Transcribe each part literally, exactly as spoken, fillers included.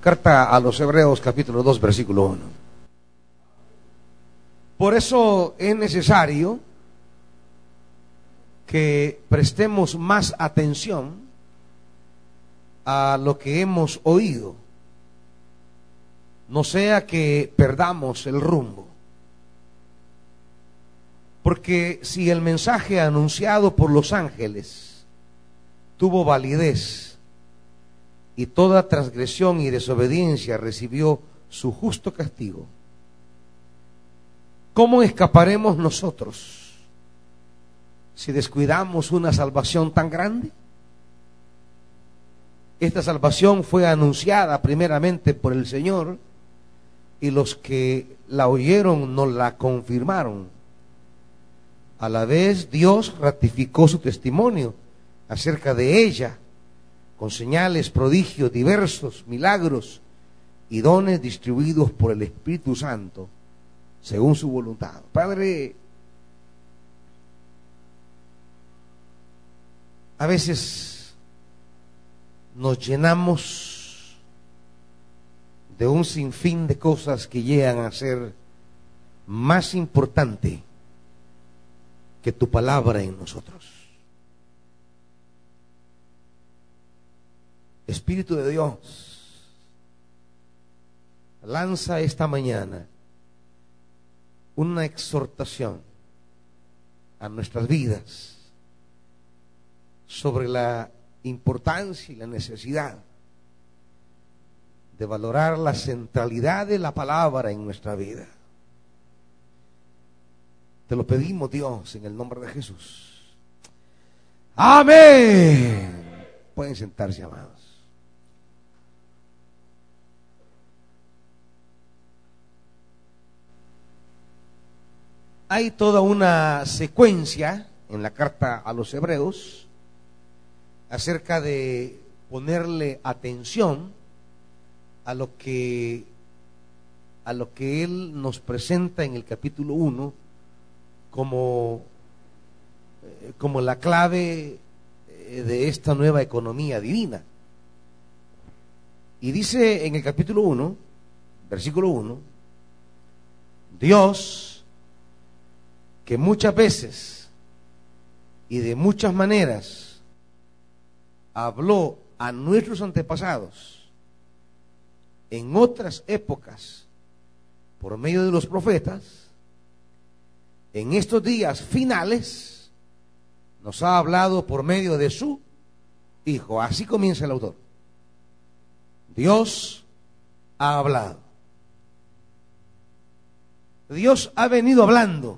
Carta a los Hebreos, capítulo dos, versículo uno. Por eso es necesario que prestemos más atención a lo que hemos oído, no sea que perdamos el rumbo. Porque si el mensaje anunciado por los ángeles tuvo validez y toda transgresión y desobediencia recibió su justo castigo, ¿cómo escaparemos nosotros si descuidamos una salvación tan grande? Esta salvación fue anunciada primeramente por el Señor, y los que la oyeron nos la confirmaron. A la vez Dios ratificó su testimonio acerca de ella con señales, prodigios, diversos milagros y dones distribuidos por el Espíritu Santo según su voluntad. Padre, a veces nos llenamos de un sinfín de cosas que llegan a ser más importante que tu palabra en nosotros. Espíritu de Dios, lanza esta mañana una exhortación a nuestras vidas sobre la importancia y la necesidad de valorar la centralidad de la palabra en nuestra vida. Te lo pedimos, Dios, en el nombre de Jesús. Amén. Pueden sentarse, amados. Hay toda una secuencia en la carta a los Hebreos acerca de ponerle atención a lo que a lo que él nos presenta en el capítulo uno como, como la clave de esta nueva economía divina. Y dice en el capítulo uno, versículo uno, Dios, que muchas veces y de muchas maneras habló a nuestros antepasados en otras épocas por medio de los profetas, en estos días finales nos ha hablado por medio de su Hijo. Así comienza el autor. Dios ha hablado. Dios ha venido hablando.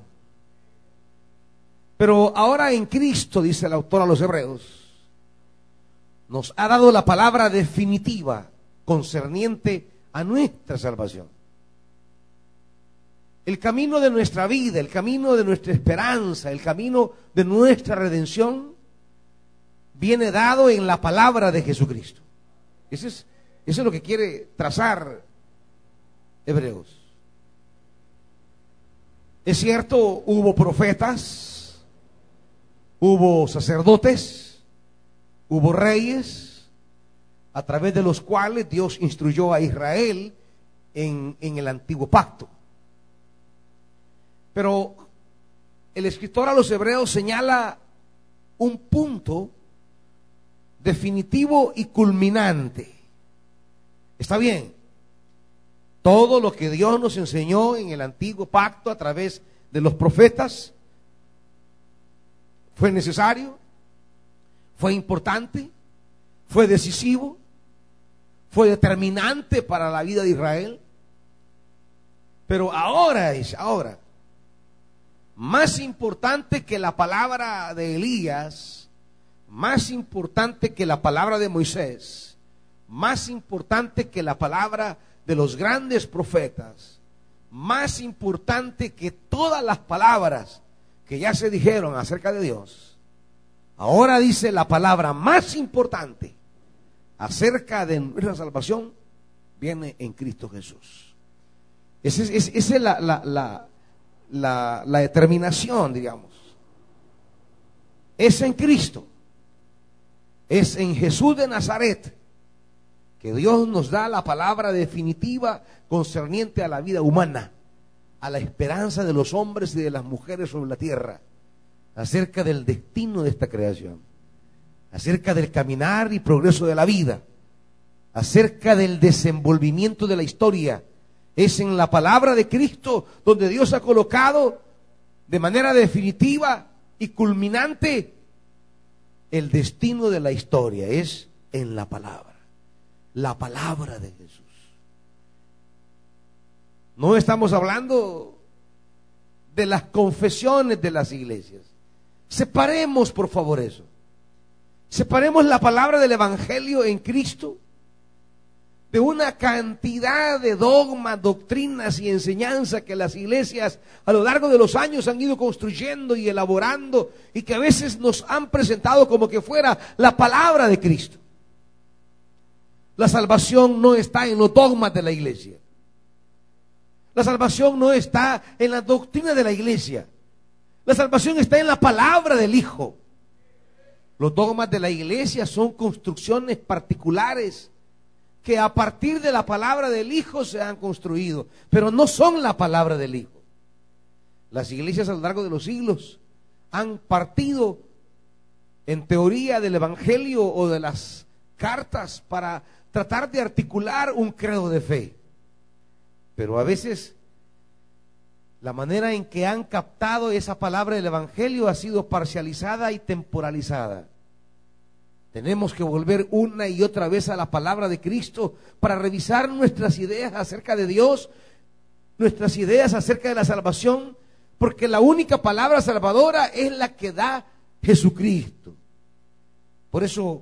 Pero ahora en Cristo, dice el autor a los Hebreos, nos ha dado la palabra definitiva concerniente a nuestra salvación. El camino de nuestra vida, el camino de nuestra esperanza, el camino de nuestra redención viene dado en la palabra de Jesucristo. Eso es, eso es lo que quiere trazar Hebreos. Es cierto, hubo profetas, hubo sacerdotes, hubo reyes, a través de los cuales Dios instruyó a Israel en, en el antiguo pacto. Pero el escritor a los Hebreos señala un punto definitivo y culminante. Está bien, todo lo que Dios nos enseñó en el antiguo pacto a través de los profetas fue necesario, fue importante, fue decisivo, fue determinante para la vida de Israel. Pero ahora es, ahora, más importante que la palabra de Elías, más importante que la palabra de Moisés, más importante que la palabra de los grandes profetas, más importante que todas las palabras que ya se dijeron acerca de Dios, ahora dice la palabra más importante acerca de nuestra salvación viene en Cristo Jesús. Esa es, es, esa es la, la, la, la, la determinación, digamos. Es en Cristo, es en Jesús de Nazaret que Dios nos da la palabra definitiva concerniente a la vida humana, a la esperanza de los hombres y de las mujeres sobre la tierra, acerca del destino de esta creación, acerca del caminar y progreso de la vida, acerca del desenvolvimiento de la historia. Es en la palabra de Cristo donde Dios ha colocado de manera definitiva y culminante el destino de la historia. Es en la palabra, la palabra de Jesús. No estamos hablando de las confesiones de las iglesias. Separemos, por favor, eso. Separemos la palabra del Evangelio en Cristo de una cantidad de dogmas, doctrinas y enseñanzas que las iglesias a lo largo de los años han ido construyendo y elaborando, y que a veces nos han presentado como que fuera la palabra de Cristo. La salvación no está en los dogmas de la iglesia. La salvación no está en la doctrina de la iglesia. La salvación está en la palabra del Hijo. Los dogmas de la iglesia son construcciones particulares que a partir de la palabra del Hijo se han construido, pero no son la palabra del Hijo. Las iglesias a lo largo de los siglos han partido en teoría del Evangelio o de las cartas para tratar de articular un credo de fe. Pero a veces la manera en que han captado esa palabra del Evangelio ha sido parcializada y temporalizada. Tenemos que volver una y otra vez a la palabra de Cristo para revisar nuestras ideas acerca de Dios, nuestras ideas acerca de la salvación, porque la única palabra salvadora es la que da Jesucristo. Por eso,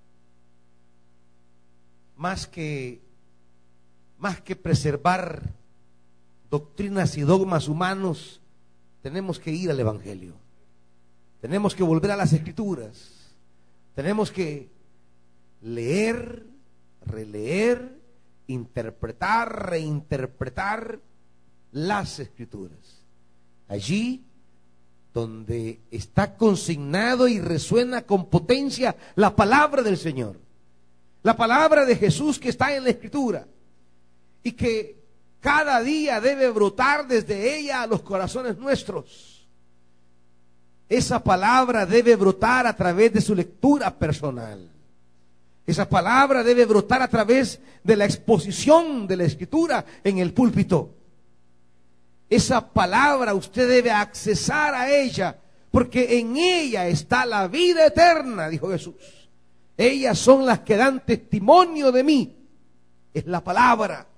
más que más que preservar doctrinas y dogmas humanos, tenemos que ir al Evangelio. Tenemos que volver a las Escrituras. Tenemos que leer, releer, interpretar, reinterpretar las Escrituras. Allí donde está consignado y resuena con potencia la palabra del Señor, la palabra de Jesús que está en la Escritura, y que cada día debe brotar desde ella a los corazones nuestros. Esa palabra debe brotar a través de su lectura personal. Esa palabra debe brotar a través de la exposición de la Escritura en el púlpito. Esa palabra usted debe accesar a ella, porque en ella está la vida eterna, dijo Jesús. Ellas son las que dan testimonio de mí. Es la palabra.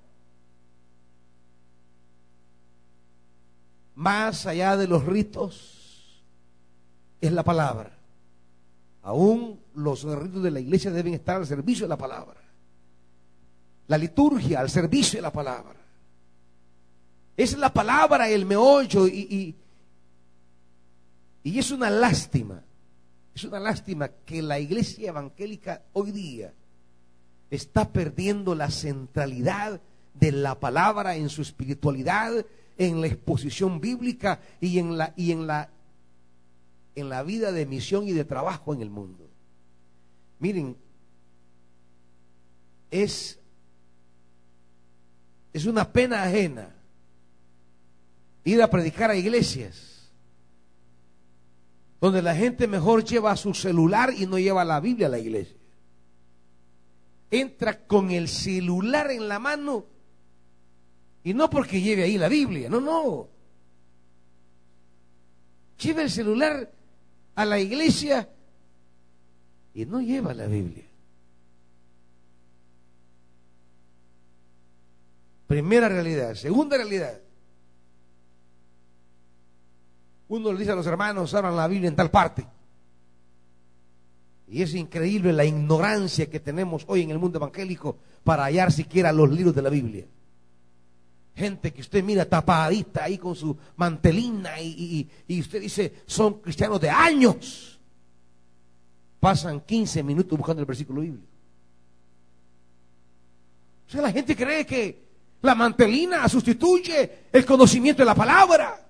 Más allá de los ritos, es la palabra. Aún los ritos de la iglesia deben estar al servicio de la palabra. La liturgia al servicio de la palabra. Es la palabra el meollo, y, y, y es una lástima, es una lástima que la iglesia evangélica hoy día está perdiendo la centralidad de la palabra en su espiritualidad, en la exposición bíblica y en la y en la en la vida de misión y de trabajo en el mundo. Miren, es es una pena ajena ir a predicar a iglesias donde la gente mejor lleva su celular y no lleva la Biblia a la iglesia. Entra con el celular en la mano, y no porque lleve ahí la Biblia, no, no. Lleva el celular a la iglesia y no lleva la Biblia. Primera realidad. Segunda realidad. Uno le dice a los hermanos, abran la Biblia en tal parte. Y es increíble la ignorancia que tenemos hoy en el mundo evangélico para hallar siquiera los libros de la Biblia. Gente que usted mira tapadita ahí con su mantelina y, y, y usted dice, son cristianos de años. Pasan quince minutos buscando el versículo bíblico. O sea, la gente cree que la mantelina sustituye el conocimiento de la palabra.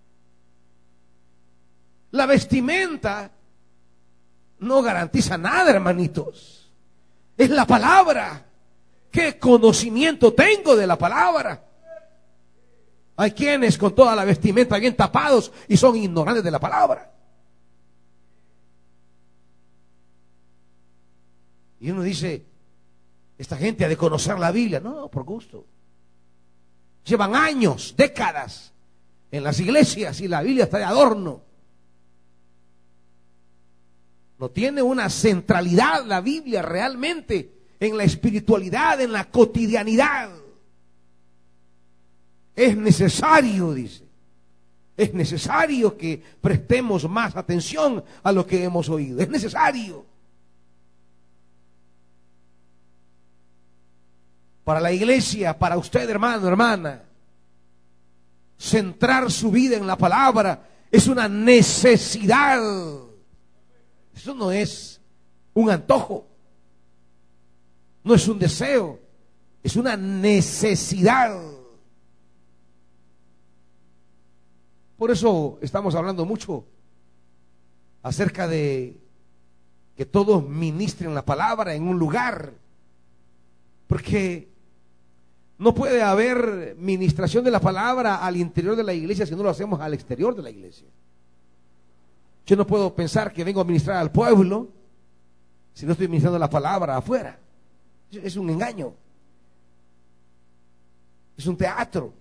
La vestimenta no garantiza nada, hermanitos. Es la palabra. ¿Qué conocimiento tengo de la palabra? Hay quienes con toda la vestimenta bien tapados y son ignorantes de la palabra. Y uno dice, esta gente ha de conocer la Biblia. No, por gusto. Llevan años, décadas en las iglesias y la Biblia está de adorno. No tiene una centralidad la Biblia realmente en la espiritualidad, en la cotidianidad. Es necesario, dice, es necesario que prestemos más atención a lo que hemos oído. Es necesario. Para la iglesia, para usted, hermano, hermana, centrar su vida en la palabra es una necesidad. Eso no es un antojo, no es un deseo, es una necesidad. Por eso estamos hablando mucho acerca de que todos ministren la palabra en un lugar, porque no puede haber ministración de la palabra al interior de la iglesia si no lo hacemos al exterior de la iglesia. Yo no puedo pensar que vengo a ministrar al pueblo si no estoy ministrando la palabra afuera. Es un engaño. Es un teatro.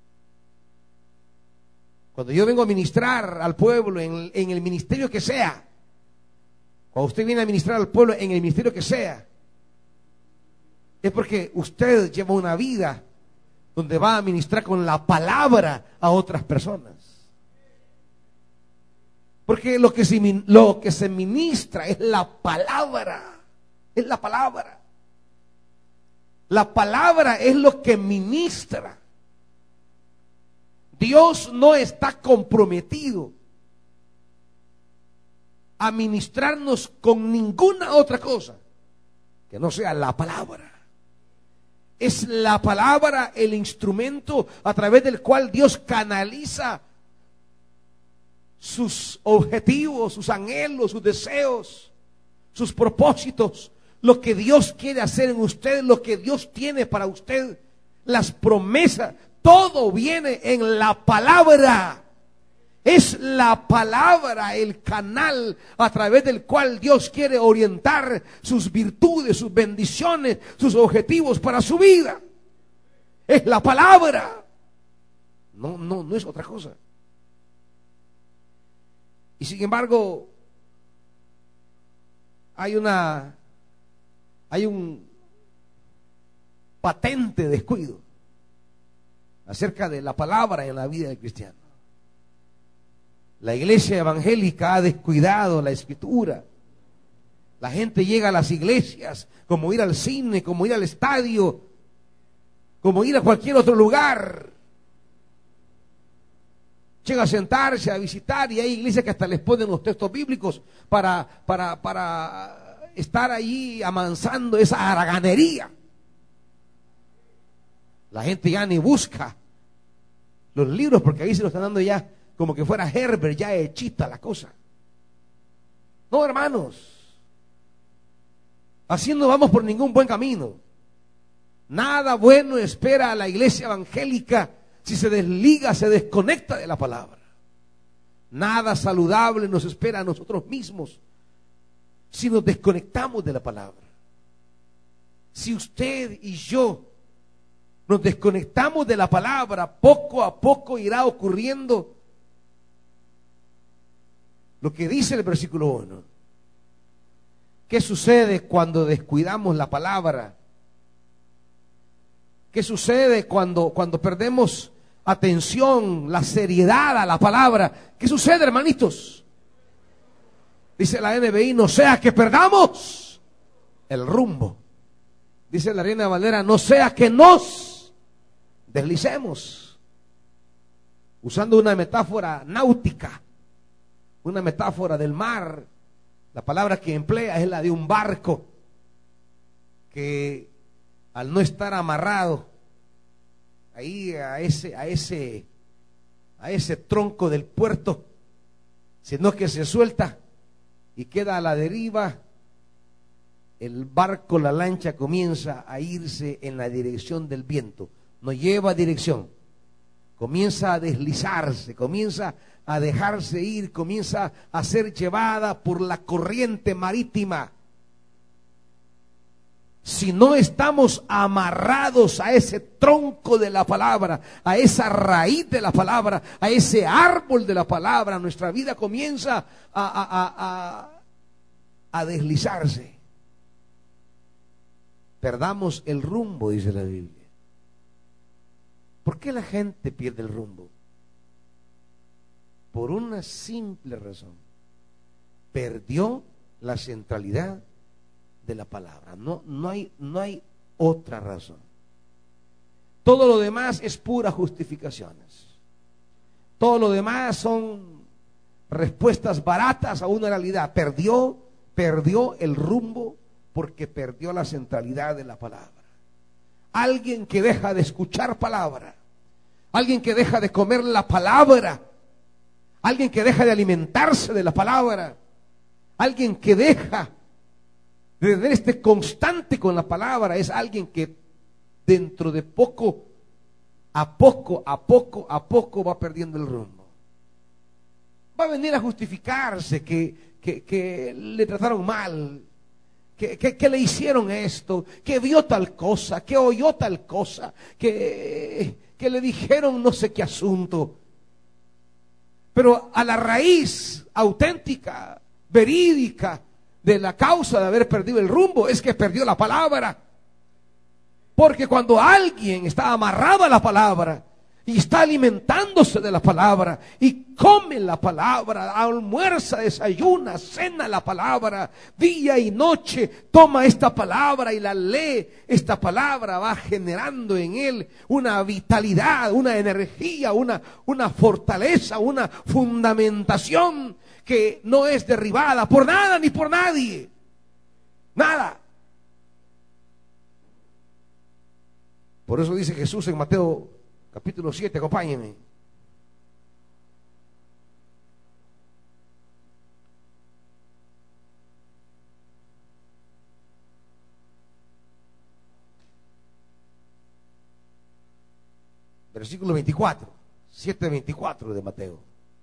Cuando yo vengo a ministrar al pueblo en, en el ministerio que sea, cuando usted viene a ministrar al pueblo en el ministerio que sea, es porque usted lleva una vida donde va a ministrar con la palabra a otras personas. Porque lo que se, lo que se ministra es la palabra, es la palabra. La palabra es lo que ministra. Dios no está comprometido a ministrarnos con ninguna otra cosa que no sea la palabra. Es la palabra el instrumento a través del cual Dios canaliza sus objetivos, sus anhelos, sus deseos, sus propósitos, lo que Dios quiere hacer en usted, lo que Dios tiene para usted, las promesas, todo viene en la palabra. Es la palabra el canal a través del cual Dios quiere orientar sus virtudes, sus bendiciones, sus objetivos para su vida. Es la palabra. No, no, no es otra cosa. Y sin embargo, hay una, hay un patente descuido acerca de la palabra en la vida del cristiano. La iglesia evangélica ha descuidado la escritura. La gente llega a las iglesias como ir al cine, como ir al estadio, como ir a cualquier otro lugar. Llega a sentarse, a visitar, y hay iglesias que hasta les ponen los textos bíblicos para, para, para estar allí amansando esa haraganería. La gente ya ni busca los libros porque ahí se los están dando ya como que fuera Herbert, ya hechita la cosa. No, hermanos, así no vamos por ningún buen camino. Nada bueno espera a la iglesia evangélica si se desliga, se desconecta de la palabra. Nada saludable nos espera a nosotros mismos si nos desconectamos de la palabra. Si usted y yo nos desconectamos de la palabra, poco a poco irá ocurriendo lo que dice el versículo uno. ¿Qué sucede cuando descuidamos la palabra? ¿Qué sucede cuando, cuando perdemos atención, la seriedad a la palabra? ¿Qué sucede, hermanitos? Dice la N B I, no sea que perdamos el rumbo. Dice la Reina Valera, no sea que nos deslicemos. Usando una metáfora náutica, una metáfora del mar, la palabra que emplea es la de un barco que al no estar amarrado ahí a ese, a ese, a ese tronco del puerto, sino que se suelta y queda a la deriva, el barco, la lancha comienza a irse en la dirección del viento, no lleva dirección, comienza a deslizarse, comienza a dejarse ir, comienza a ser llevada por la corriente marítima. Si no estamos amarrados a ese tronco de la palabra, a esa raíz de la palabra, a ese árbol de la palabra, nuestra vida comienza a, a, a, a, a deslizarse. Perdamos el rumbo, dice la Biblia. ¿Por qué la gente pierde el rumbo? Por una simple razón. Perdió la centralidad de la palabra. No, no hay, no hay otra razón. Todo lo demás es pura justificaciones. Todo lo demás son respuestas baratas a una realidad. Perdió, perdió el rumbo porque perdió la centralidad de la palabra. Alguien que deja de escuchar palabra, alguien que deja de comer la palabra, alguien que deja de alimentarse de la palabra, alguien que deja de tener este constante con la palabra, es alguien que dentro de poco, a poco, a poco, a poco va perdiendo el rumbo. Va a venir a justificarse que, que, que le trataron mal, que, que, que le hicieron esto, que vio tal cosa, que oyó tal cosa, que, que le dijeron no sé qué asunto. Pero a la raíz auténtica, verídica de la causa de haber perdido el rumbo es que perdió la palabra. Porque cuando alguien está amarrado a la palabra y está alimentándose de la palabra y come la palabra, almuerza, desayuna, cena la palabra, día y noche toma esta palabra y la lee, esta palabra va generando en él una vitalidad, una energía, una, una fortaleza, una fundamentación que no es derribada por nada ni por nadie. Nada. Por eso dice Jesús en Mateo capítulo siete, acompáñenme. Versículo veinticuatro, siete veinticuatro de Mateo.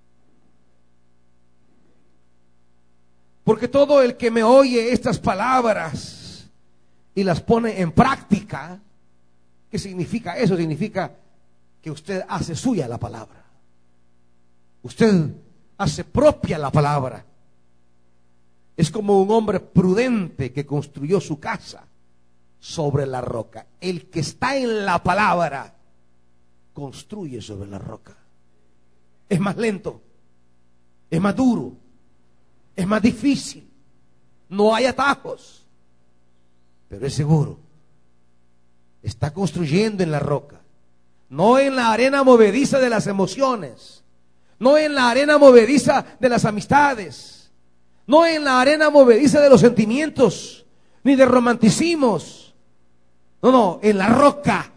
Porque todo el que me oye estas palabras y las pone en práctica, ¿qué significa eso? Significa que usted hace suya la palabra. Usted hace propia la palabra. Es como un hombre prudente que construyó su casa sobre la roca. El que está en la palabra construye sobre la roca. Es más lento, es más duro, es más difícil, no hay atajos, pero es seguro. Está construyendo en la roca. No en la arena movediza de las emociones, no en la arena movediza de las amistades, no en la arena movediza de los sentimientos, ni de romanticismos. No, no, en la roca.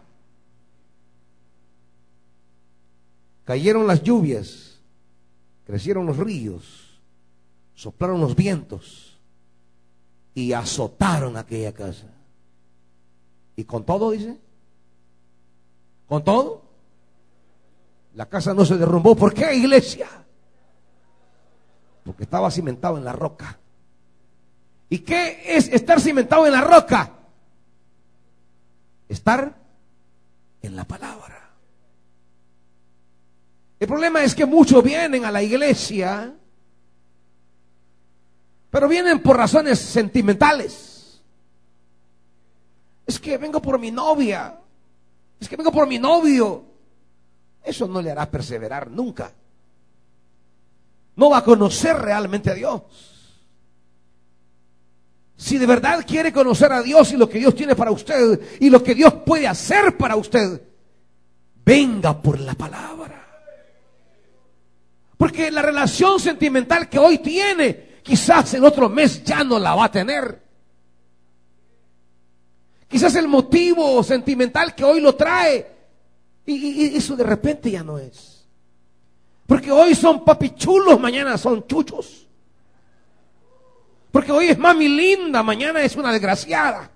Cayeron las lluvias, crecieron los ríos, soplaron los vientos y azotaron aquella casa. Y con todo, dice, con todo, la casa no se derrumbó. ¿Por qué, iglesia? Porque estaba cimentado en la roca. ¿Y qué es estar cimentado en la roca? Estar en la palabra. El problema es que muchos vienen a la iglesia, pero vienen por razones sentimentales. Es que vengo por mi novia, es que vengo por mi novio. Eso no le hará perseverar nunca. No va a conocer realmente a Dios. Si de verdad quiere conocer a Dios y lo que Dios tiene para usted y lo que Dios puede hacer para usted, venga por la palabra. Porque la relación sentimental que hoy tiene, quizás en otro mes ya no la va a tener. Quizás el motivo sentimental que hoy lo trae, y, y, y eso de repente ya no es. Porque hoy son papichulos, mañana son chuchos. Porque hoy es mami linda, mañana es una desgraciada.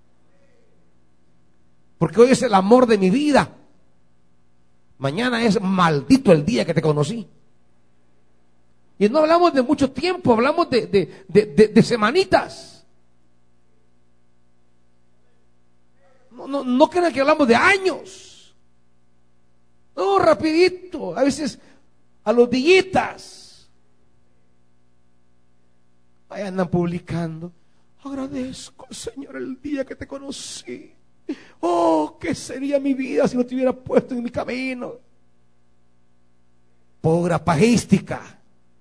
Porque hoy es el amor de mi vida, mañana es maldito el día que te conocí. Y no hablamos de mucho tiempo, hablamos de, de, de, de, de semanitas. No, no, no crean que hablamos de años. No, rapidito, a veces a los dillitas. Ahí andan publicando. Agradezco al Señor el día que te conocí. Oh, ¿qué sería mi vida si no te hubiera puesto en mi camino? Pobre pajística.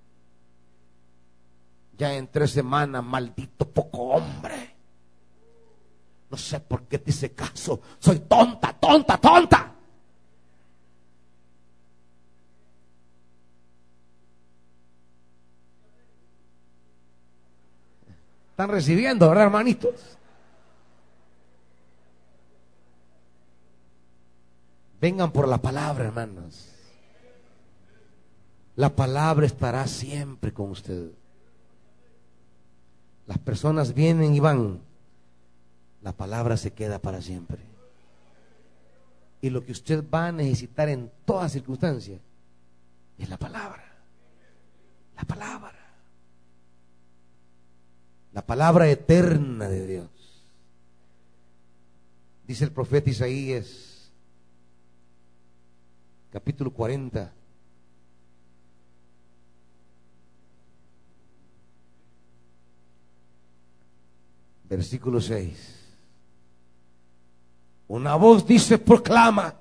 Ya en tres semanas, maldito poco hombre. No sé por qué te hice caso. Soy tonta, tonta, tonta. Están recibiendo, ¿verdad, hermanitos? Vengan por la palabra, hermanos. La palabra estará siempre con usted. Las personas vienen y van. La palabra se queda para siempre. Y lo que usted va a necesitar en todas circunstancias es la palabra. La palabra. La palabra eterna de Dios. Dice el profeta Isaías, capítulo cuarenta. Versículo seis. Una voz dice, proclama.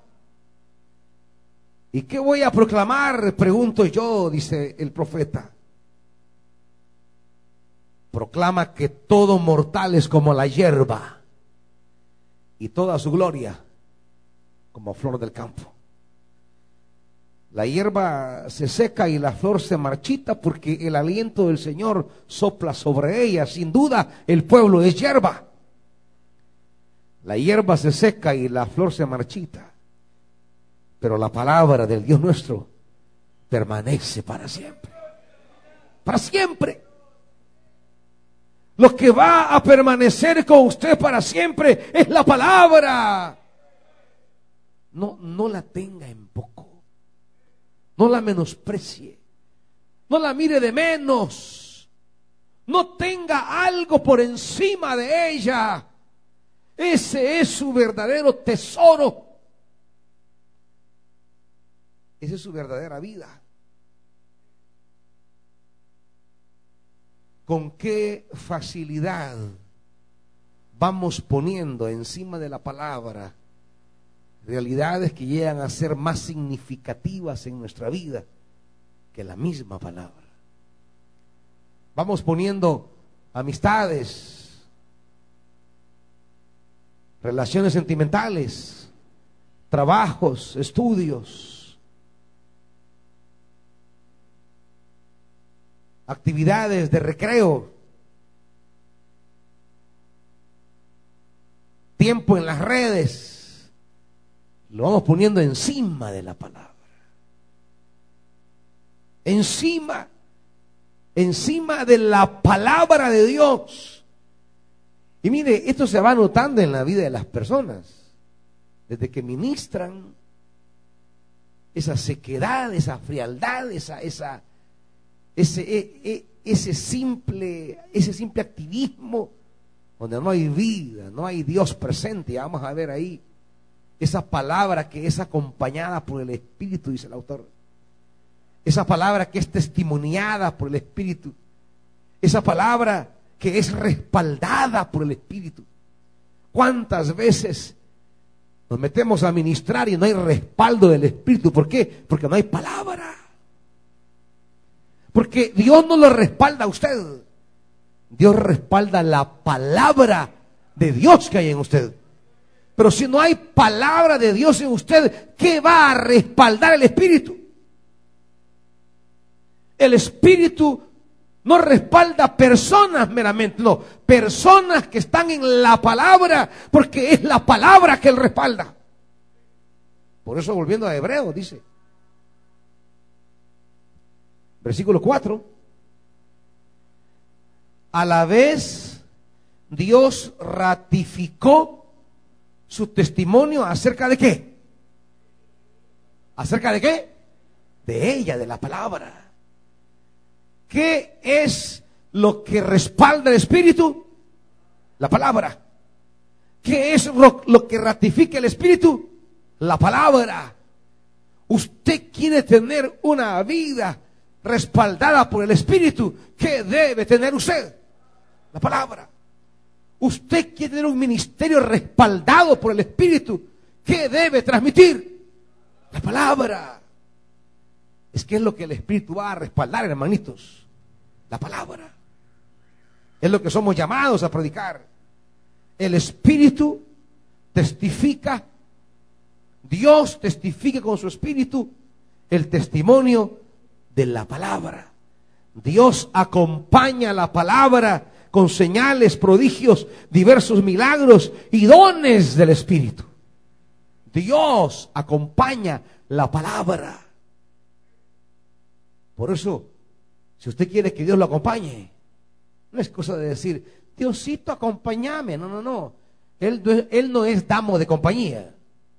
¿Y qué voy a proclamar? Pregunto yo, dice el profeta. Proclama que todo mortal es como la hierba y toda su gloria como flor del campo. La hierba se seca y la flor se marchita porque el aliento del Señor sopla sobre ella. Sin duda, el pueblo es hierba. La hierba se seca y la flor se marchita, pero la palabra del Dios nuestro permanece para siempre. Para siempre. Lo que va a permanecer con usted para siempre es la palabra. No, no la tenga en poco. No la menosprecie. No la mire de menos. No tenga algo por encima de ella. Ese es su verdadero tesoro. Esa es su verdadera vida. Con qué facilidad vamos poniendo encima de la palabra realidades que llegan a ser más significativas en nuestra vida que la misma palabra. Vamos poniendo amistades, relaciones sentimentales, trabajos, estudios, actividades de recreo, tiempo en las redes. Lo vamos poniendo encima de la palabra. Encima, encima de la palabra de Dios. Y mire, esto se va notando en la vida de las personas. Desde que ministran, esa sequedad, esa frialdad, esa, esa, ese, e, e, ese simple, ese simple activismo, donde no hay vida, no hay Dios presente. Ya vamos a ver ahí esa palabra que es acompañada por el Espíritu, dice el autor. Esa palabra que es testimoniada por el Espíritu. Esa palabra que es respaldada por el Espíritu. ¿Cuántas veces nos metemos a ministrar y no hay respaldo del Espíritu? ¿Por qué? Porque no hay palabra. Porque Dios no lo respalda a usted. Dios respalda la palabra de Dios que hay en usted. Pero si no hay palabra de Dios en usted, ¿qué va a respaldar el Espíritu? El Espíritu no respalda personas meramente, no, personas que están en la palabra, porque es la palabra que Él respalda. Por eso, volviendo a Hebreos, dice, versículo cuatro, A la vez, Dios ratificó su testimonio acerca de qué. ¿Acerca de qué? De ella, de la palabra. ¿Qué es lo que respalda el Espíritu? La palabra. ¿Qué es lo, lo que ratifica el Espíritu? La palabra. Usted quiere tener una vida respaldada por el Espíritu. ¿Qué debe tener usted? La palabra. Usted quiere tener un ministerio respaldado por el Espíritu. ¿Qué debe transmitir? La palabra. Es que es lo que el Espíritu va a respaldar, hermanitos. La palabra. Es lo que somos llamados a predicar. El Espíritu testifica, Dios testifica con su Espíritu el testimonio de la palabra. Dios acompaña la palabra con señales, prodigios, diversos milagros y dones del Espíritu. Dios acompaña la palabra. Por eso, si usted quiere que Dios lo acompañe, no es cosa de decir, Diosito, acompáñame. No, no, no. Él, él no es damo de compañía.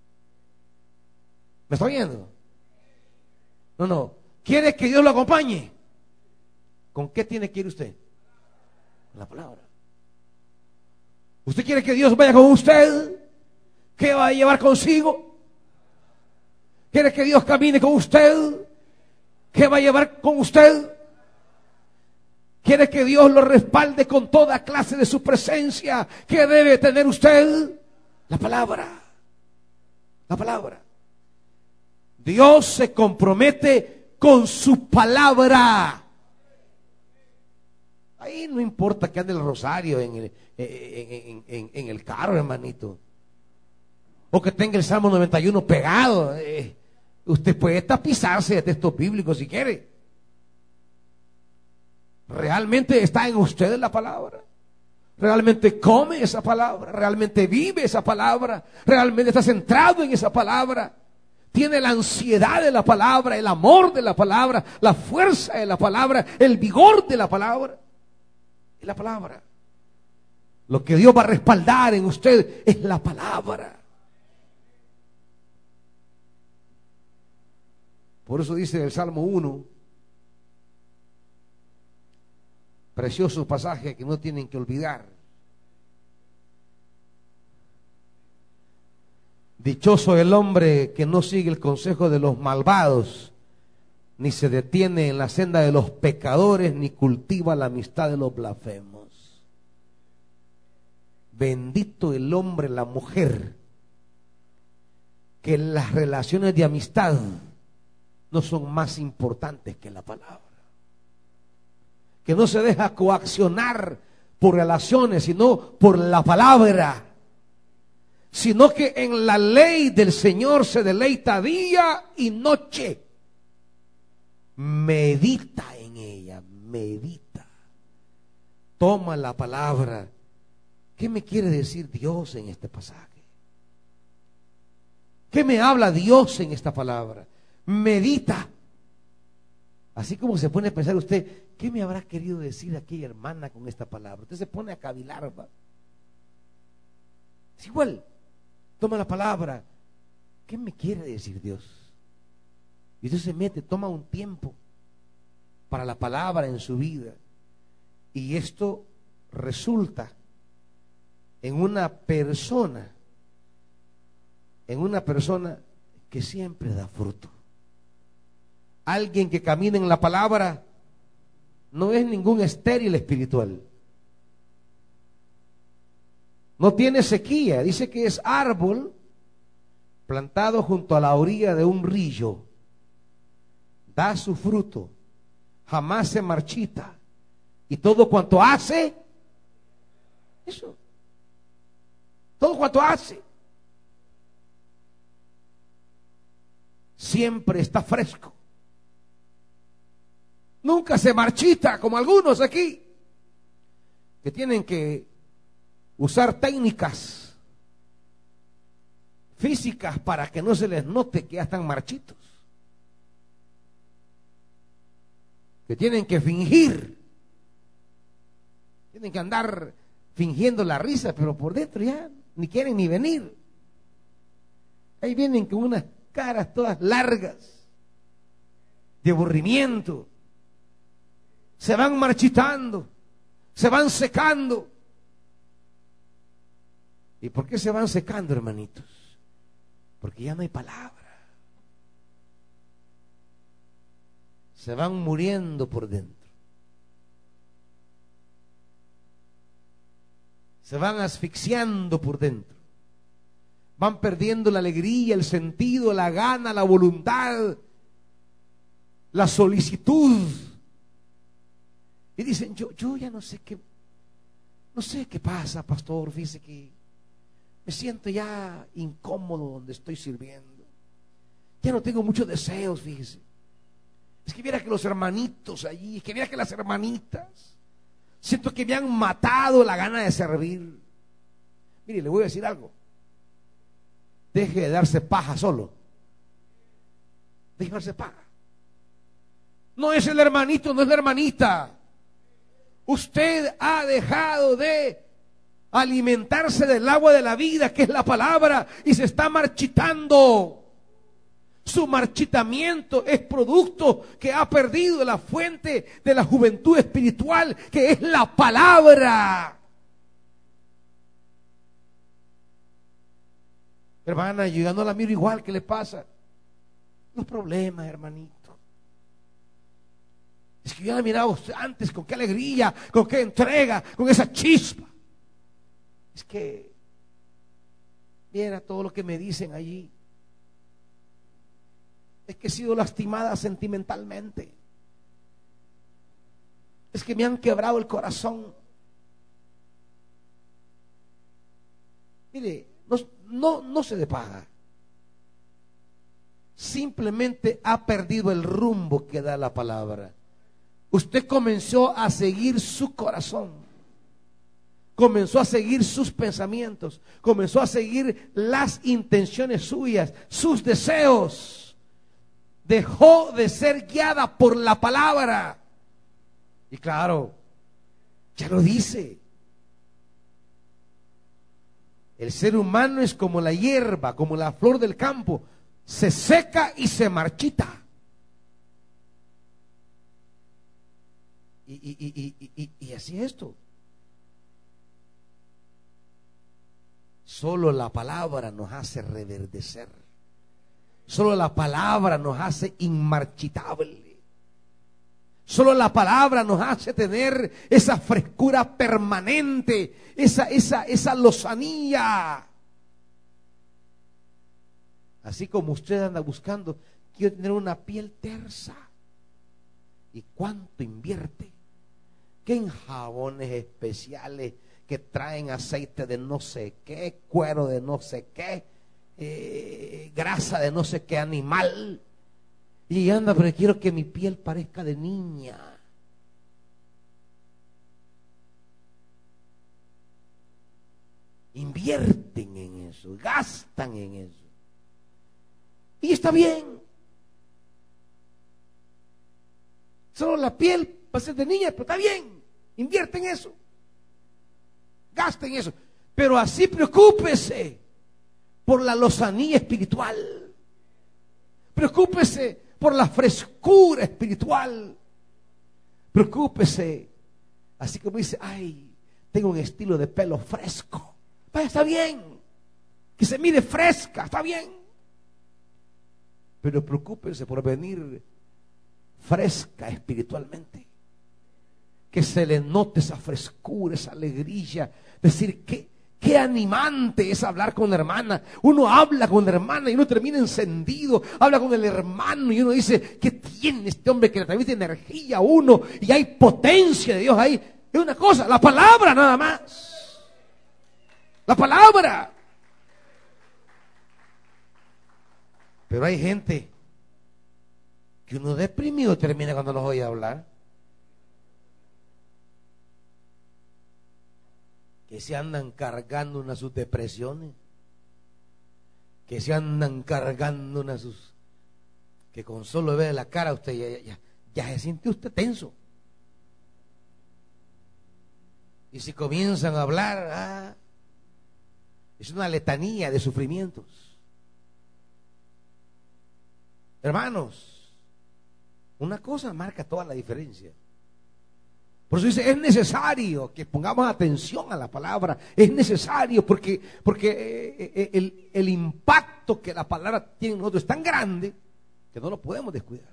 ¿Me está viendo? No, no. ¿Quiere que Dios lo acompañe? ¿Con qué tiene que ir usted? Con la palabra. ¿Usted quiere que Dios vaya con usted? ¿Qué va a llevar consigo? ¿Quiere que Dios camine con usted? ¿Qué va a llevar con usted? ¿Quiere que Dios lo respalde con toda clase de su presencia? ¿Qué debe tener usted? La palabra. La palabra. Dios se compromete con su palabra. Ahí no importa que ande el rosario en el, en, en, en, en el carro, hermanito. O que tenga el Salmo noventa y uno pegado. Eh, usted puede tapizarse de textos bíblicos si quiere. ¿Realmente está en usted la palabra? ¿Realmente come esa palabra? ¿Realmente vive esa palabra? ¿Realmente está centrado en esa palabra? ¿Tiene la ansiedad de la palabra, el amor de la palabra, la fuerza de la palabra, el vigor de la palabra? Es la palabra. Lo que Dios va a respaldar en usted es la palabra. Por eso dice el Salmo uno, precioso pasaje que no tienen que olvidar. Dichoso el hombre que no sigue el consejo de los malvados, ni se detiene en la senda de los pecadores, ni cultiva la amistad de los blasfemos. Bendito el hombre, la mujer, que las relaciones de amistad no son más importantes que la palabra. Que no se deja coaccionar por relaciones, sino por la palabra. Sino que en la ley del Señor se deleita día y noche. Medita en ella, medita. Toma la palabra. ¿Qué me quiere decir Dios en este pasaje? ¿Qué me habla Dios en esta palabra? Medita. Así como se pone a pensar usted, ¿qué me habrá querido decir aquella hermana con esta palabra? Usted se pone a cavilar, ¿va? Es igual. Toma la palabra. ¿Qué me quiere decir Dios? Y usted se mete, toma un tiempo para la palabra en su vida. Y esto resulta en una persona, en una persona que siempre da fruto. Alguien que camina en la palabra no es ningún estéril espiritual. No tiene sequía. Dice que es árbol plantado junto a la orilla de un río. Da su fruto. Jamás se marchita. Y todo cuanto hace, eso. Todo cuanto hace, siempre está fresco. Nunca se marchita como algunos aquí, que tienen que usar técnicas físicas para que no se les note que ya están marchitos, que tienen que fingir Tienen que andar fingiendo la risa, pero por dentro ya ni quieren ni venir. Ahí vienen con unas caras todas largas, de aburrimiento. Se van marchitando, se van secando. ¿Y por qué se van secando, hermanitos? Porque ya no hay palabra. Se van muriendo por dentro. Se van asfixiando por dentro. Van perdiendo la alegría, el sentido, la gana, la voluntad, la solicitud. Y dicen, yo, yo ya no sé qué, no sé qué pasa, pastor. Fíjese que me siento ya incómodo donde estoy sirviendo. Ya no tengo muchos deseos, fíjese. Es que viera que los hermanitos allí, es que viera que las hermanitas, siento que me han matado la gana de servir. Mire, le voy a decir algo. Deje de darse paja solo. Deje de darse paja. No es el hermanito, no es la hermanita. Usted ha dejado de alimentarse del agua de la vida, que es la palabra, y se está marchitando. Su marchitamiento es producto que ha perdido la fuente de la juventud espiritual, que es la palabra. Hermana, yo ya no la miro igual. ¿Qué le pasa? Los problemas, hermanito. Es que yo la miraba antes con qué alegría, con qué entrega, con esa chispa. Es que viera todo lo que me dicen allí. Es que he sido lastimada sentimentalmente. Es que me han quebrado el corazón. Mire, no, no, no se le paga. Simplemente ha perdido el rumbo que da la palabra. Usted comenzó a seguir su corazón. Comenzó a seguir sus pensamientos. Comenzó a seguir las intenciones suyas, sus deseos. Dejó de ser guiada por la palabra. Y claro, ya lo dice. El ser humano es como la hierba, como la flor del campo. Se seca y se marchita. Y, y, y, y, y, y así es esto. Solo la palabra nos hace reverdecer. Solo la palabra nos hace inmarchitable. Solo la palabra nos hace tener esa frescura permanente, esa, esa, esa lozanía. Así como usted anda buscando, quiero tener una piel tersa. ¿Y cuánto invierte? ¿Qué en jabones especiales que traen aceite de no sé qué, cuero de no sé qué, eh, grasa de no sé qué animal? Y anda, pero quiero que mi piel parezca de niña. Invierten en eso, gastan en eso. Y está bien. Solo la piel va a ser de niña, pero está bien. Invierten en eso. Gasten en eso. Pero así preocúpese por la lozanía espiritual. Preocúpese por la frescura espiritual. Preocúpese, así como dice, ay, tengo un estilo de pelo fresco. Vaya, está bien. Que se mire fresca, está bien. Pero preocúpese por venir fresca espiritualmente. Que se le note esa frescura, esa alegría. Decir, que qué animante es hablar con la hermana. Uno habla con la hermana y uno termina encendido. Habla con el hermano y uno dice, ¿qué tiene este hombre que le transmite energía a uno? Y hay potencia de Dios ahí. Es una cosa, la palabra nada más. La palabra. Pero hay gente que uno deprimido termina cuando los oye hablar. Que se andan cargando unas sus depresiones, que se andan cargando unas sus, que con solo ver la cara usted ya, ya, ya se siente usted tenso. Y si comienzan a hablar, ah, es una letanía de sufrimientos. Hermanos, una cosa marca toda la diferencia. Por eso dice, es necesario que pongamos atención a la palabra. Es necesario porque, porque el, el impacto que la palabra tiene en nosotros es tan grande que no lo podemos descuidar.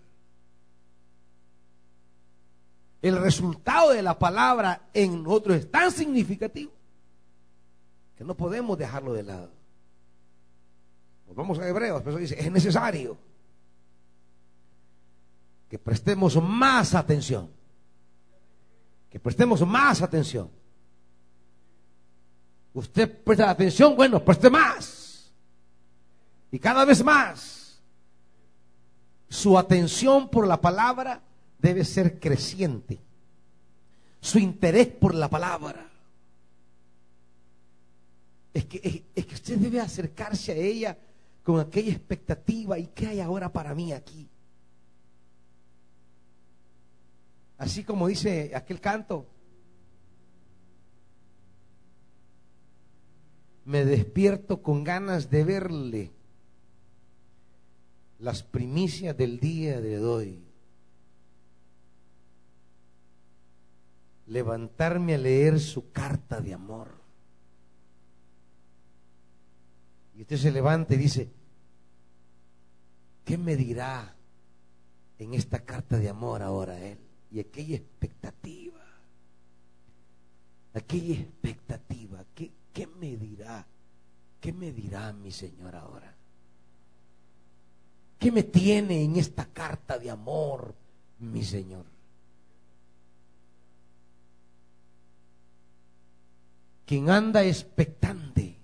El resultado de la palabra en nosotros es tan significativo que no podemos dejarlo de lado. Volvamos a Hebreos, por eso dice, es necesario que prestemos más atención. Que prestemos más atención. Usted presta atención, bueno, preste más. Y cada vez más. Su atención por la palabra debe ser creciente. Su interés por la palabra. Es que, es, es que usted debe acercarse a ella con aquella expectativa. ¿Y qué hay ahora para mí aquí? Así como dice aquel canto, me despierto con ganas de verle, las primicias del día le doy. Levantarme a leer su carta de amor. Y usted se levanta y dice, ¿qué me dirá en esta carta de amor ahora él? Y aquella expectativa, aquella expectativa, ¿qué, qué me dirá? ¿Qué me dirá mi Señor ahora? ¿Qué me tiene en esta carta de amor, mi Señor? Quien anda expectante,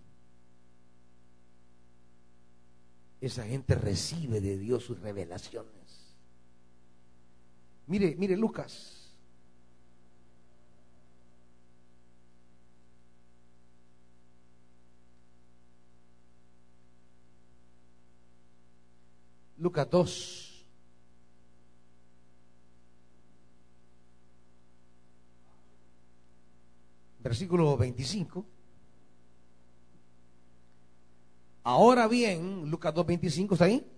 esa gente recibe de Dios sus revelaciones. Mire, mire Lucas. Lucas dos. Versículo veinticinco. Ahora bien, Lucas dos veinticinco, ¿está ahí?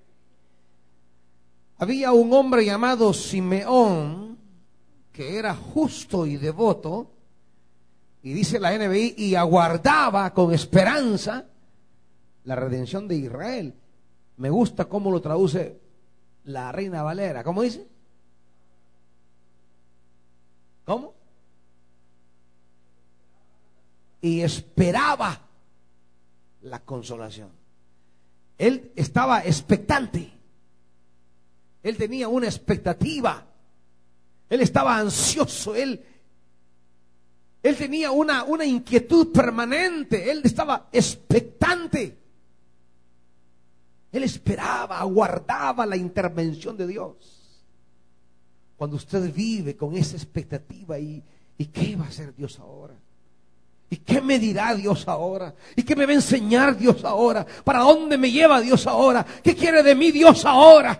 Había un hombre llamado Simeón que era justo y devoto, y dice la N B I, y aguardaba con esperanza la redención de Israel. Me gusta cómo lo traduce la Reina Valera. ¿Cómo dice? ¿Cómo? Y esperaba la consolación. Él estaba expectante. Él tenía una expectativa. Él estaba ansioso. Él, él tenía una, una inquietud permanente. Él estaba expectante. Él esperaba, aguardaba la intervención de Dios. Cuando usted vive con esa expectativa, y, ¿y qué va a hacer Dios ahora? ¿Y qué me dirá Dios ahora? ¿Y qué me va a enseñar Dios ahora? ¿Para dónde me lleva Dios ahora? ¿Qué quiere de mí Dios ahora?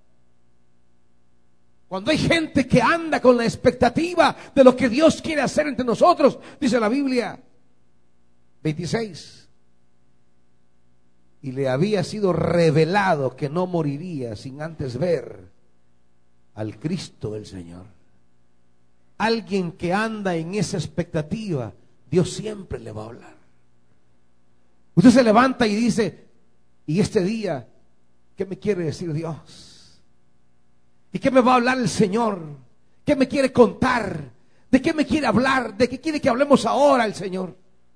Cuando hay gente que anda con la expectativa de lo que Dios quiere hacer entre nosotros, dice la Biblia veintiséis, y le había sido revelado que no moriría sin antes ver al Cristo del Señor. Alguien que anda en esa expectativa, Dios siempre le va a hablar. Usted se levanta y dice, ¿y este día qué me quiere decir Dios? ¿Y qué me va a hablar el Señor? ¿Qué me quiere contar? ¿De qué me quiere hablar? ¿De qué quiere que hablemos ahora el Señor?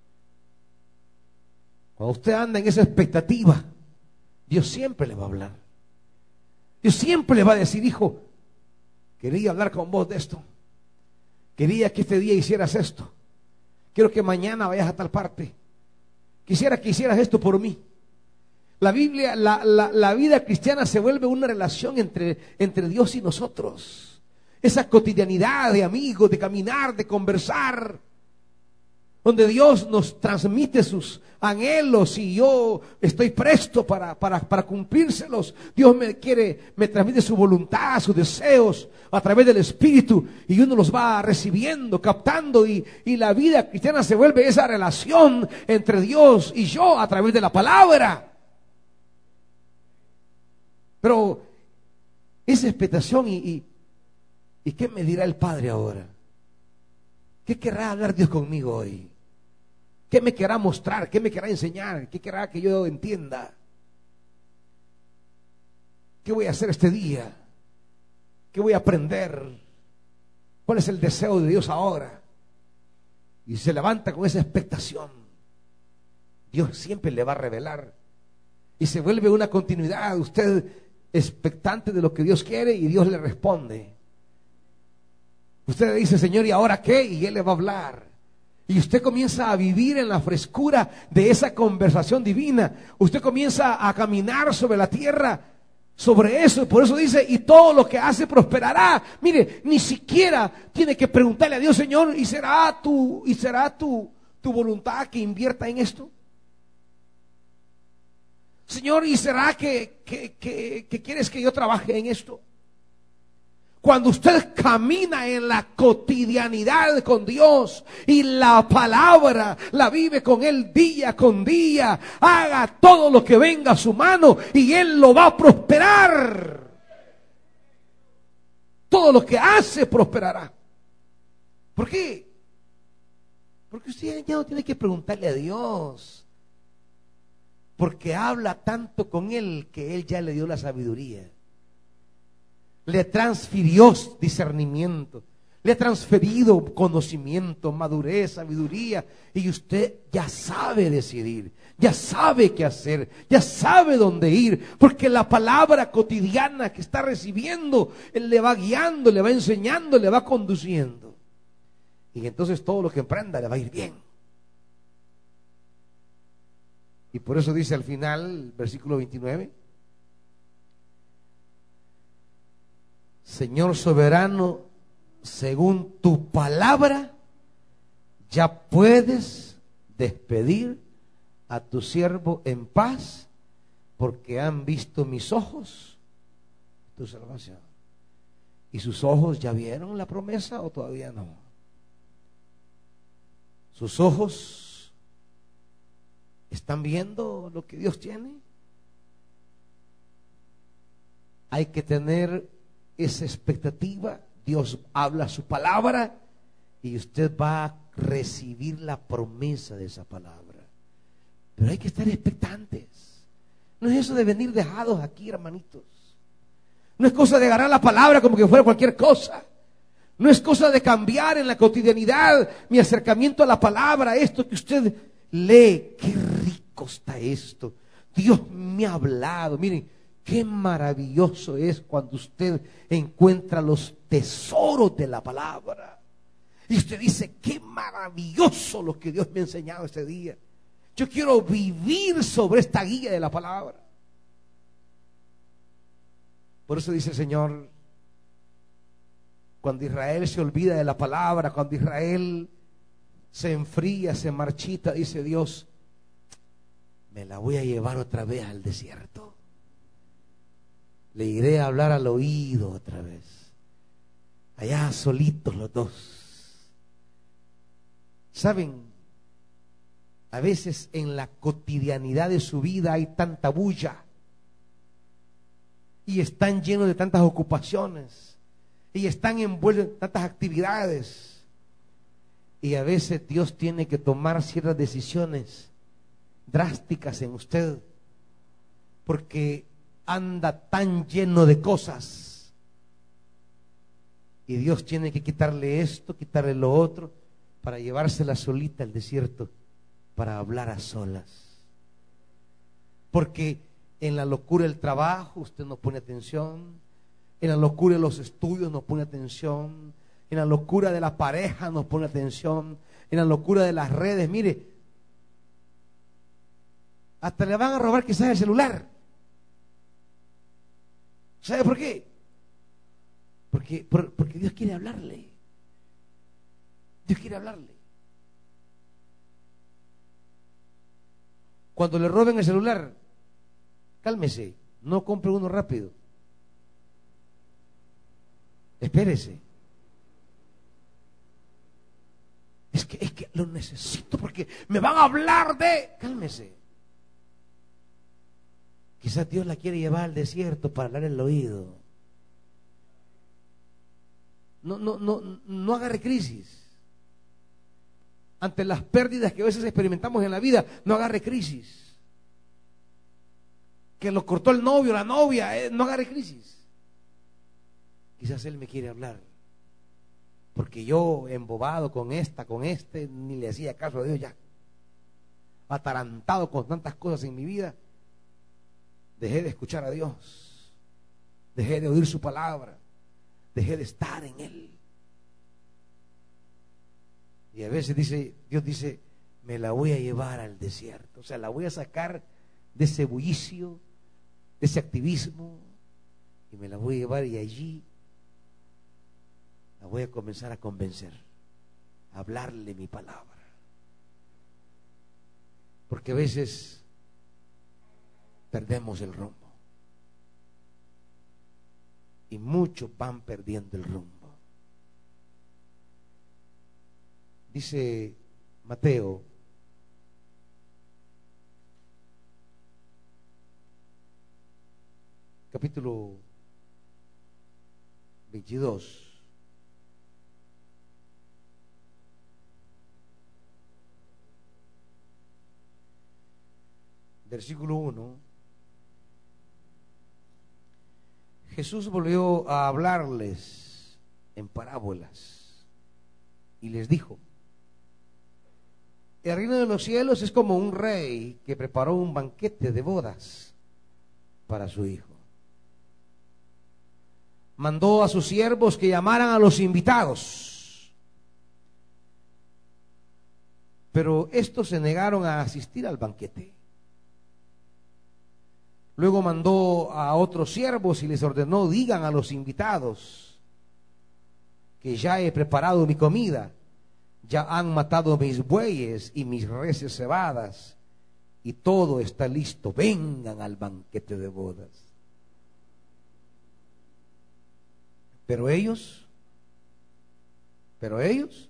Cuando usted anda en esa expectativa, Dios siempre le va a hablar. Dios siempre le va a decir, hijo, quería hablar con vos de esto. Quería que este día hicieras esto. Quiero que mañana vayas a tal parte. Quisiera que hicieras esto por mí. La Biblia, la, la, la vida cristiana se vuelve una relación entre, entre Dios y nosotros. Esa cotidianidad de amigos, de caminar, de conversar. donde Dios nos transmite sus anhelos y yo estoy presto para, para, para cumplírselos. Dios me quiere, me transmite su voluntad, sus deseos a través del Espíritu, y uno los va recibiendo, captando, y, y la vida cristiana se vuelve esa relación entre Dios y yo a través de la palabra. Pero esa expectación, y, y, y ¿qué me dirá el Padre ahora? ¿Qué querrá hablar Dios conmigo hoy? ¿Qué me querrá mostrar? ¿Qué me querrá enseñar? ¿Qué querrá que yo entienda? ¿Qué voy a hacer este día? ¿Qué voy a aprender? ¿Cuál es el deseo de Dios ahora? Y se levanta con esa expectación. Dios siempre le va a revelar. Y se vuelve una continuidad. Usted expectante de lo que Dios quiere y Dios le responde. Usted le dice: Señor, ¿y ahora qué? Y Él le va a hablar. Y usted comienza a vivir en la frescura de esa conversación divina. Usted comienza a caminar sobre la tierra, sobre eso. Por eso dice: y todo lo que hace prosperará. Mire, ni siquiera tiene que preguntarle a Dios: Señor, ¿y será tu, y será tu, tu voluntad que invierta en esto? Señor, ¿y será que, que, que, que quieres que yo trabaje en esto? Cuando usted camina en la cotidianidad con Dios y la palabra la vive con Él día con día, haga todo lo que venga a su mano y Él lo va a prosperar. Todo lo que hace prosperará. ¿Por qué? Porque usted ya no tiene que preguntarle a Dios, porque habla tanto con Él que Él ya le dio la sabiduría. Le transfirió discernimiento, le ha transferido conocimiento, madurez, sabiduría, y usted ya sabe decidir, ya sabe qué hacer, ya sabe dónde ir, porque la palabra cotidiana que está recibiendo, Él le va guiando, le va enseñando, le va conduciendo, y entonces todo lo que emprenda le va a ir bien. Y por eso dice al final, versículo veintinueve: Señor soberano, según tu palabra, ya puedes despedir a tu siervo en paz, porque han visto mis ojos tu salvación. ¿Y sus ojos ya vieron la promesa o todavía no? ¿Sus ojos están viendo lo que Dios tiene? Hay que tener esa expectativa. Dios habla su palabra y usted va a recibir la promesa de esa palabra, pero hay que estar expectantes. No es eso de venir dejados aquí, hermanitos. No es cosa de agarrar la palabra como que fuera cualquier cosa. No es cosa de cambiar en la cotidianidad mi acercamiento a la palabra. Esto que usted lee, qué rico está esto, Dios me ha hablado. Miren, qué maravilloso es cuando usted encuentra los tesoros de la palabra. Y usted dice: qué maravilloso lo que Dios me ha enseñado este día. Yo quiero vivir sobre esta guía de la palabra. Por eso dice el Señor: cuando Israel se olvida de la palabra, cuando Israel se enfría, se marchita, dice Dios, me la voy a llevar otra vez al desierto. Le iré a hablar al oído otra vez, allá solitos los dos. Saben, a veces en la cotidianidad de su vida hay tanta bulla y están llenos de tantas ocupaciones y están envueltos en tantas actividades, y a veces Dios tiene que tomar ciertas decisiones drásticas en usted porque anda tan lleno de cosas, y Dios tiene que quitarle esto, quitarle lo otro, para llevársela solita al desierto, para hablar a solas. Porque en la locura del trabajo usted no pone atención, en la locura de los estudios no pone atención, en la locura de la pareja no pone atención, en la locura de las redes, mire, hasta le van a robar quizás el celular. ¿Sabe por qué? Porque, por, porque Dios quiere hablarle. Dios quiere hablarle. Cuando le roben el celular, cálmese, no compre uno rápido. Espérese. Es que, es que lo necesito porque me van a hablar de... Cálmese. Quizás Dios la quiere llevar al desierto para hablar el oído. No, no, no, no agarre crisis. Ante las pérdidas que a veces experimentamos en la vida, no agarre crisis. Que lo cortó el novio, la novia, eh, no agarre crisis. Quizás Él me quiere hablar. Porque yo, embobado con esta, con este, ni le hacía caso a Dios ya. Atarantado con tantas cosas en mi vida, dejé de escuchar a Dios. Dejé de oír su palabra. Dejé de estar en Él. Y a veces dice, Dios dice, me la voy a llevar al desierto. O sea, la voy a sacar de ese bullicio, de ese activismo, y me la voy a llevar y allí la voy a comenzar a convencer, a hablarle mi palabra. Porque a veces perdemos el rumbo. Y muchos van perdiendo el rumbo. Dice Mateo capítulo veintidós, versículo uno. Jesús volvió a hablarles en parábolas y les dijo: el reino de los cielos es como un rey que preparó un banquete de bodas para su hijo. Mandó a sus siervos que llamaran a los invitados, pero estos se negaron a asistir al banquete. Luego mandó a otros siervos y les ordenó: digan a los invitados que ya he preparado mi comida, ya han matado mis bueyes y mis reses cebadas, y todo está listo, vengan al banquete de bodas. Pero ellos, pero ellos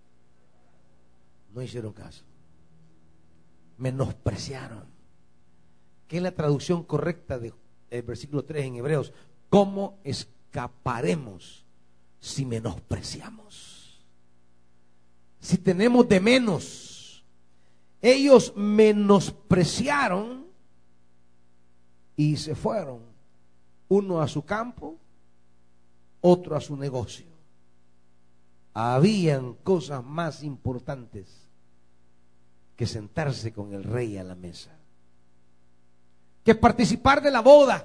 no hicieron caso, menospreciaron. ¿Qué es la traducción correcta del versículo tres en Hebreos? ¿Cómo escaparemos si menospreciamos? Si tenemos de menos. Ellos menospreciaron y se fueron, uno a su campo, otro a su negocio. Habían cosas más importantes que sentarse con el rey a la mesa, que participar de la boda.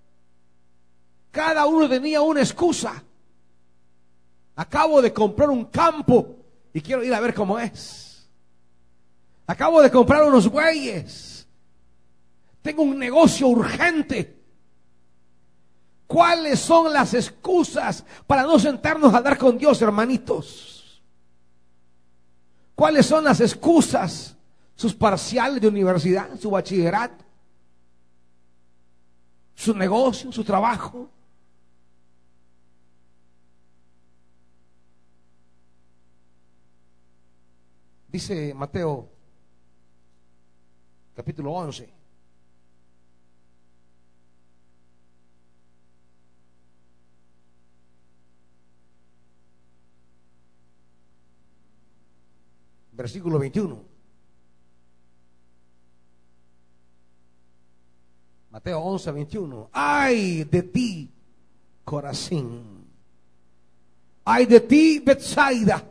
Cada uno tenía una excusa. Acabo de comprar un campo y quiero ir a ver cómo es. Acabo de comprar unos bueyes. Tengo un negocio urgente. ¿Cuáles son las excusas para no sentarnos a hablar con Dios, hermanitos? ¿Cuáles son las excusas? Sus parciales de universidad, su bachillerato, su negocio, su trabajo. Dice Mateo capítulo once, versículo veintiuno. Mateo once, veintiuno. Ay de ti, Corazín. Ay de ti, Betsaida.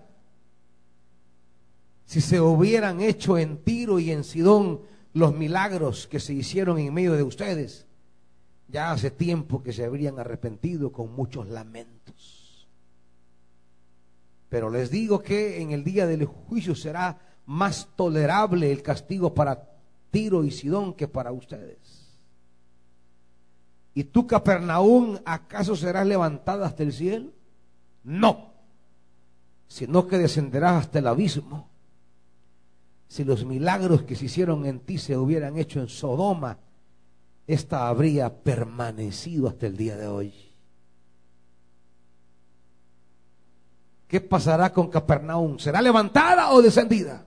Si se hubieran hecho en Tiro y en Sidón los milagros que se hicieron en medio de ustedes, ya hace tiempo que se habrían arrepentido con muchos lamentos. Pero les digo que en el día del juicio será más tolerable el castigo para Tiro y Sidón que para ustedes. ¿Y tú, Capernaum, acaso serás levantada hasta el cielo? No, sino que descenderás hasta el abismo. si los milagros que se hicieron en ti se hubieran hecho en Sodoma, esta habría permanecido hasta el día de hoy. ¿Qué pasará con Capernaum? ¿Será levantada o descendida?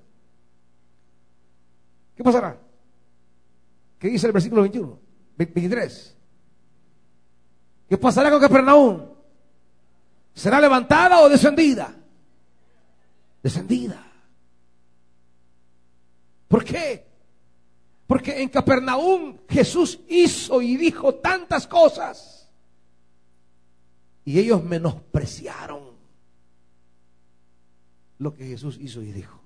¿Qué pasará? ¿Qué dice el versículo veintiuno? veintitrés. ¿Qué pasará con Capernaum? ¿Será levantada o descendida? Descendida. ¿Por qué? Porque en Capernaum Jesús hizo y dijo tantas cosas y ellos menospreciaron lo que Jesús hizo y dijo.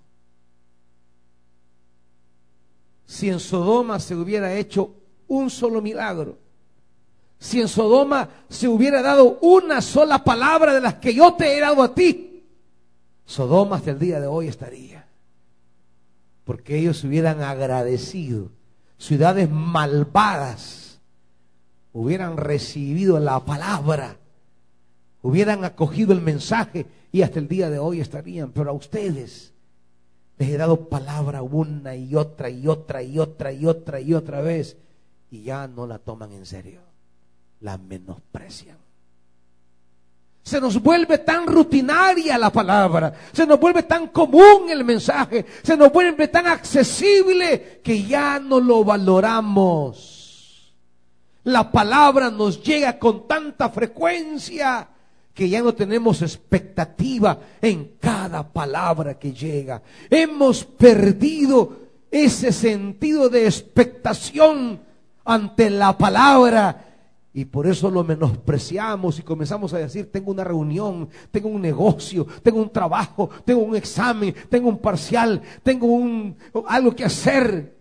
Si en Sodoma se hubiera hecho un solo milagro, si en Sodoma se hubiera dado una sola palabra de las que yo te he dado a ti, Sodoma hasta el día de hoy estaría. Porque ellos hubieran agradecido, ciudades malvadas hubieran recibido la palabra, hubieran acogido el mensaje y hasta el día de hoy estarían. Pero a ustedes les he dado palabra una y otra y otra y otra y otra y otra vez y ya no la toman en serio, la menosprecian. Se nos vuelve tan rutinaria la palabra, se nos vuelve tan común el mensaje, se nos vuelve tan accesible que ya no lo valoramos. La palabra nos llega con tanta frecuencia que ya no tenemos expectativa en cada palabra que llega. Hemos perdido ese sentido de expectación ante la palabra. Y por eso lo menospreciamos y comenzamos a decir: tengo una reunión, tengo un negocio, tengo un trabajo, tengo un examen, tengo un parcial, tengo un, algo que hacer.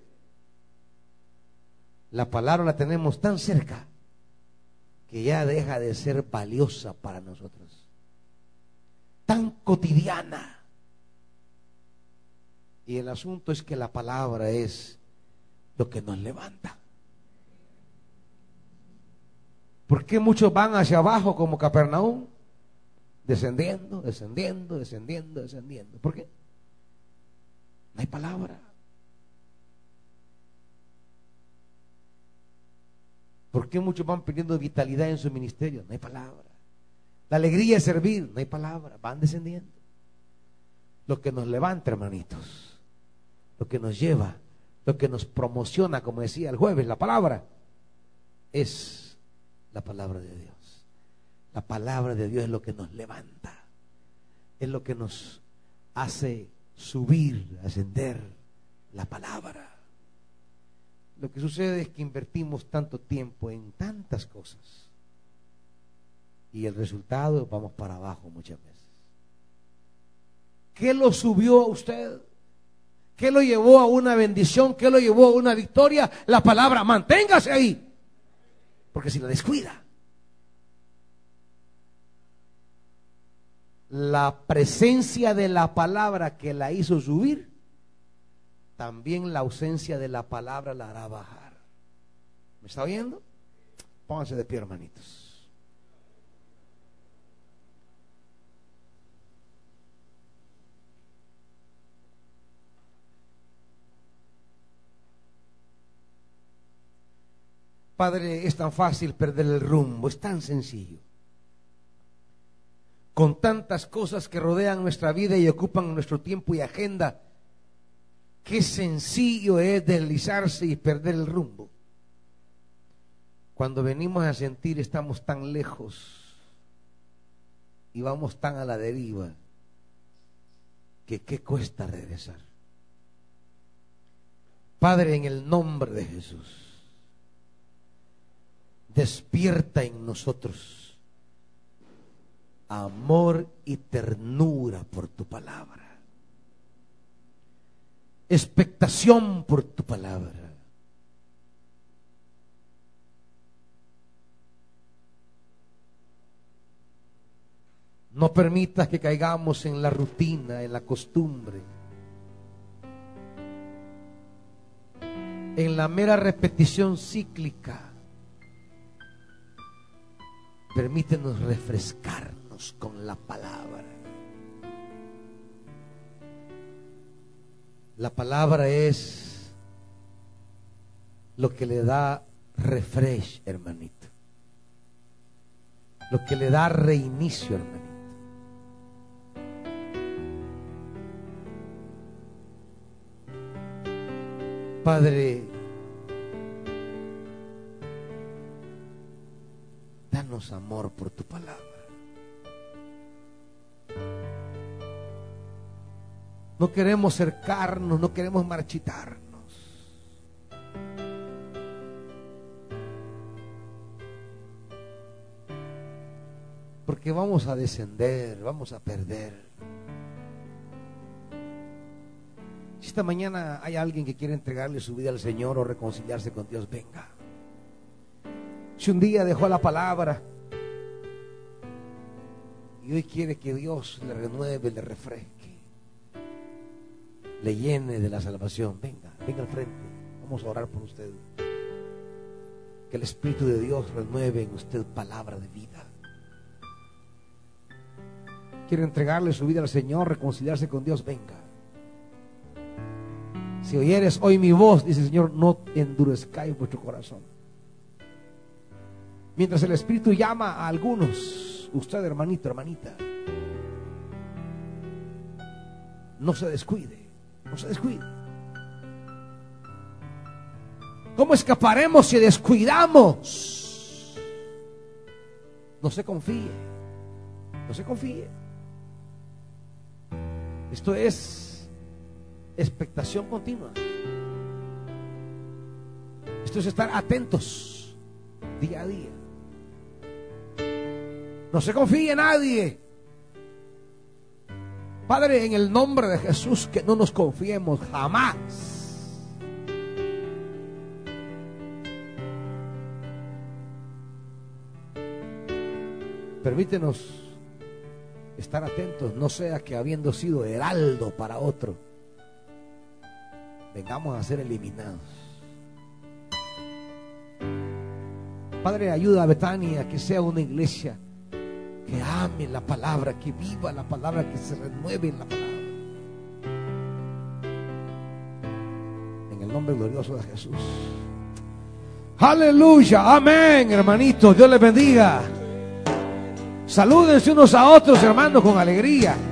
La palabra la tenemos tan cerca que ya deja de ser valiosa para nosotros, tan cotidiana. Y el asunto es que la palabra es lo que nos levanta. ¿Por qué muchos van hacia abajo como Capernaum? Descendiendo, descendiendo, descendiendo, descendiendo. ¿Por qué? No hay palabra. ¿Por qué muchos van perdiendo vitalidad en su ministerio? No hay palabra. La alegría de servir, no hay palabra. Van descendiendo. Lo que nos levanta, hermanitos, lo que nos lleva, lo que nos promociona, como decía el jueves, la palabra, es la palabra de Dios. La palabra de Dios es lo que nos levanta, es lo que nos hace subir, ascender. La palabra. Lo que sucede es que invertimos tanto tiempo en tantas cosas y el resultado, vamos para abajo muchas veces. ¿Qué lo subió a usted? ¿Qué lo llevó a una bendición? ¿Qué lo llevó a una victoria? La palabra. Manténgase ahí. Porque si la descuida, la presencia de la palabra que la hizo subir, también la ausencia de la palabra la hará bajar. ¿Me está oyendo? Pónganse de pie, hermanitos. Padre, es tan fácil perder el rumbo, es tan sencillo. Con tantas cosas que rodean nuestra vida y ocupan nuestro tiempo y agenda, qué sencillo es deslizarse y perder el rumbo. Cuando venimos a sentir estamos tan lejos y vamos tan a la deriva que qué cuesta regresar. Padre, en el nombre de Jesús, despierta en nosotros amor y ternura por tu palabra, expectación por tu palabra. No permitas que caigamos en la rutina, en la costumbre, en la mera repetición cíclica. Permítenos refrescarnos con la palabra. La palabra es lo que le da refresh, hermanito. Lo que le da reinicio, hermanito. Padre, danos amor por tu palabra. No queremos cercarnos, no queremos marchitarnos. Porque vamos a descender, vamos a perder. Si esta mañana hay alguien que quiere entregarle su vida al Señor o reconciliarse con Dios, venga. Si un día dejó la palabra y hoy quiere que Dios le renueve, le refresque, le llene de la salvación, venga, venga al frente. Vamos a orar por usted. Que el Espíritu de Dios renueve en usted palabra de vida. Quiere entregarle su vida al Señor, reconciliarse con Dios, venga. Si oyeres hoy mi voz, dice el Señor, no endurezcáis vuestro corazón. Mientras el Espíritu llama a algunos, usted, hermanito, hermanita, no se descuide, no se descuide. ¿Cómo escaparemos si descuidamos? No se confíe, no se confíe. Esto es expectación continua. Esto es estar atentos día a día. No se confíe en nadie. Padre, en el nombre de Jesús, que no nos confiemos jamás. Permítenos estar atentos, no sea que habiendo sido heraldo para otro, vengamos a ser eliminados. Padre, ayuda a Betania que sea una iglesia que ame la palabra, que viva la palabra, que se renueve en la palabra. En el nombre glorioso de Jesús. Aleluya, amén, hermanito. Dios les bendiga. Salúdense unos a otros, hermanos, con alegría.